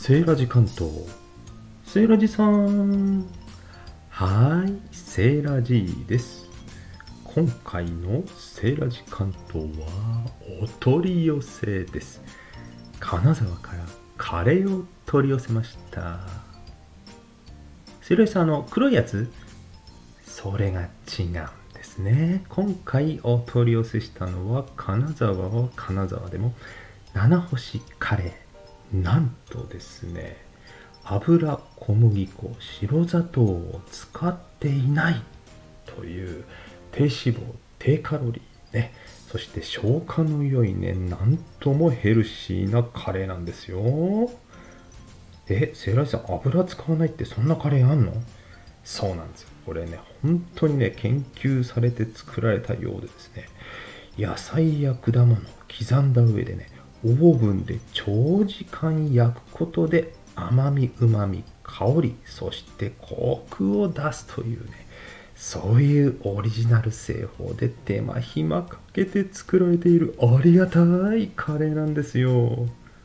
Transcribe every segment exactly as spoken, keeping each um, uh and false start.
セーラジ関東。セーラジさん。はーい、セーラジです。今回のセーラジ関東はお取り寄せです。金沢からカレーを取り寄せました。セーラジさん、あの黒いやつ、それが違うんですね。今回お取り寄せしたのは金沢は金沢でも七星カレー。なんとですね、油、小麦粉、白砂糖を使っていないという低脂肪、低カロリーね、そして消化の良いね、なんともヘルシーなカレーなんですよ。え、セイラジさん、油使わないってそんなカレーあんの？そうなんですよ。これね、本当にね、研究されて作られたようでですね、野菜や果物を刻んだ上でね、オーブンで長時間焼くことで甘み、うまみ、香り、そしてコクを出すというね、そういうオリジナル製法で手間暇かけて作られているありがたいカレーなんですよ。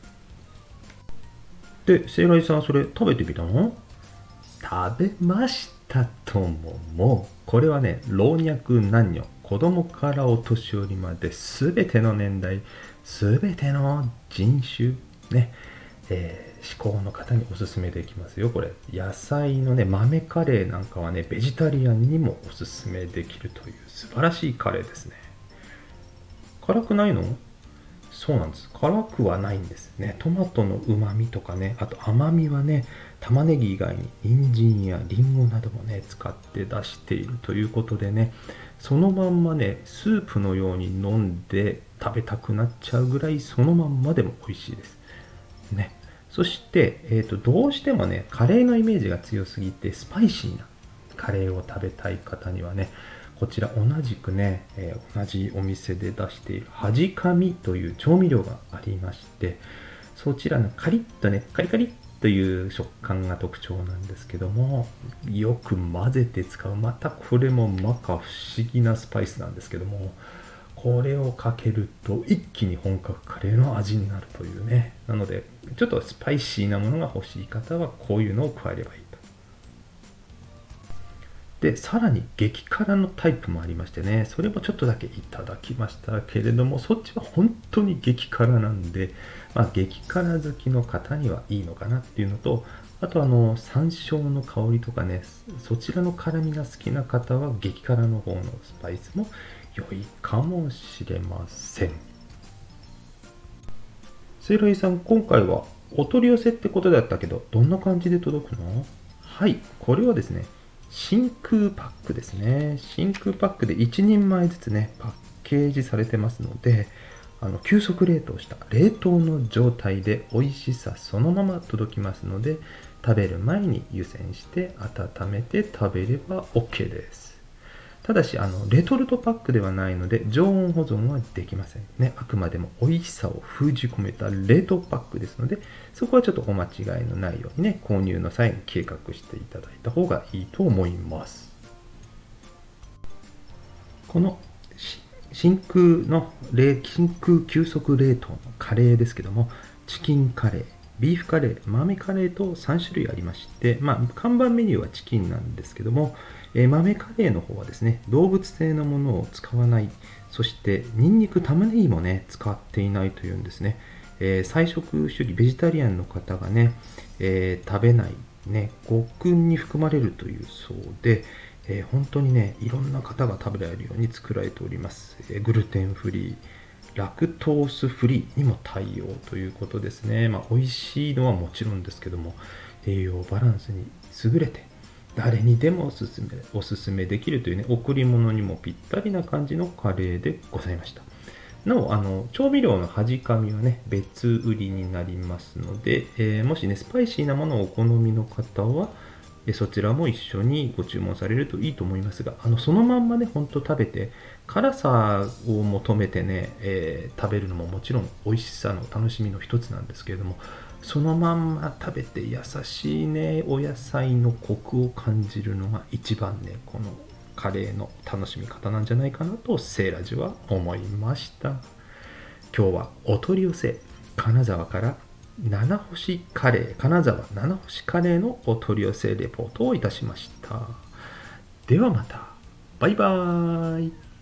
で、セイライさん、それ食べてみたの？食べましたとも。もうこれはね、老若男女、子供からお年寄りまで全ての年代、全ての人種ね、えー思考の方におすすめできますよ。これ野菜のね、豆カレーなんかはね、ベジタリアンにもおすすめできるという素晴らしいカレーですね。辛くないの？そうなんです。辛くはないんですね。トマトの旨味とかね、あと甘みはね、玉ねぎ以外に人参やリンゴなどもね、使って出しているということでね、そのまんまね、スープのように飲んで食べたくなっちゃうぐらい、そのまんまでも美味しいです。ね。そして、えーと、どうしてもね、カレーのイメージが強すぎて、スパイシーなカレーを食べたい方にはね、こちら同じくね、えー同じお店で出しているはじかみという調味料がありまして、そちらのカリッとね、カリカリッという食感が特徴なんですけども、よく混ぜて使う、またこれも摩訶不思議なスパイスなんですけども、これをかけると一気に本格カレーの味になるというね。なので、ちょっとスパイシーなものが欲しい方はこういうのを加えればいいと。で、さらに激辛のタイプもありましてね、それもちょっとだけいただきましたけれども、そっちは本当に激辛なんで、まあ、激辛好きの方にはいいのかなっていうのと、あとあの山椒の香りとかね、そちらの辛みが好きな方は激辛の方のスパイスも良いかもしれません。セイライさん、今回はお取り寄せってことだったけど、どんな感じで届くの？はい、これはですね、真空パックですね。真空パックでいちにんまえずつね、パッケージされてますので、あの急速冷凍した冷凍の状態で美味しさそのまま届きますので、食べる前に湯煎して温めて食べれば OK です。ただし、あのレトルトパックではないので常温保存はできませんね。あくまでも美味しさを封じ込めた冷凍パックですので、そこはちょっとお間違いのないようにね、購入の際に計画していただいた方がいいと思います。この真空の冷真空急速冷凍のカレーですけども、チキンカレー、ビーフカレー、豆カレーとさん種類ありまして、まあ、看板メニューはチキンなんですけども、えー豆カレーの方はですね、動物性のものを使わない、そしてニンニク、玉ねぎもね、使っていないというんですね。えー菜食主義、ベジタリアンの方がね、えー食べない、ね、極訓に含まれるというそうで、えー本当にね、いろんな方が食べられるように作られております。えーグルテンフリー、ラクトースフリーにも対応ということですね。まあ、美味しいのはもちろんですけども、栄養バランスに優れて、誰にでもおすすめ、おすすめできるというね、贈り物にもぴったりな感じのカレーでございました。なお、あの、調味料の端紙はね、別売りになりますので、えーもしね、スパイシーなものをお好みの方は、えそちらも一緒にご注文されるといいと思いますが、あのそのまんまね、ほんと食べて、辛さを求めてね、えー食べるのももちろん美味しさの楽しみの一つなんですけれども、そのまんま食べて優しいね、お野菜のコクを感じるのが一番ね、このカレーの楽しみ方なんじゃないかなと、セーラジは思いました。今日はお取り寄せ、金沢からなな星カレー、金沢なな星カレーのお取り寄せレポートをいたしました。ではまた。バイバーイ。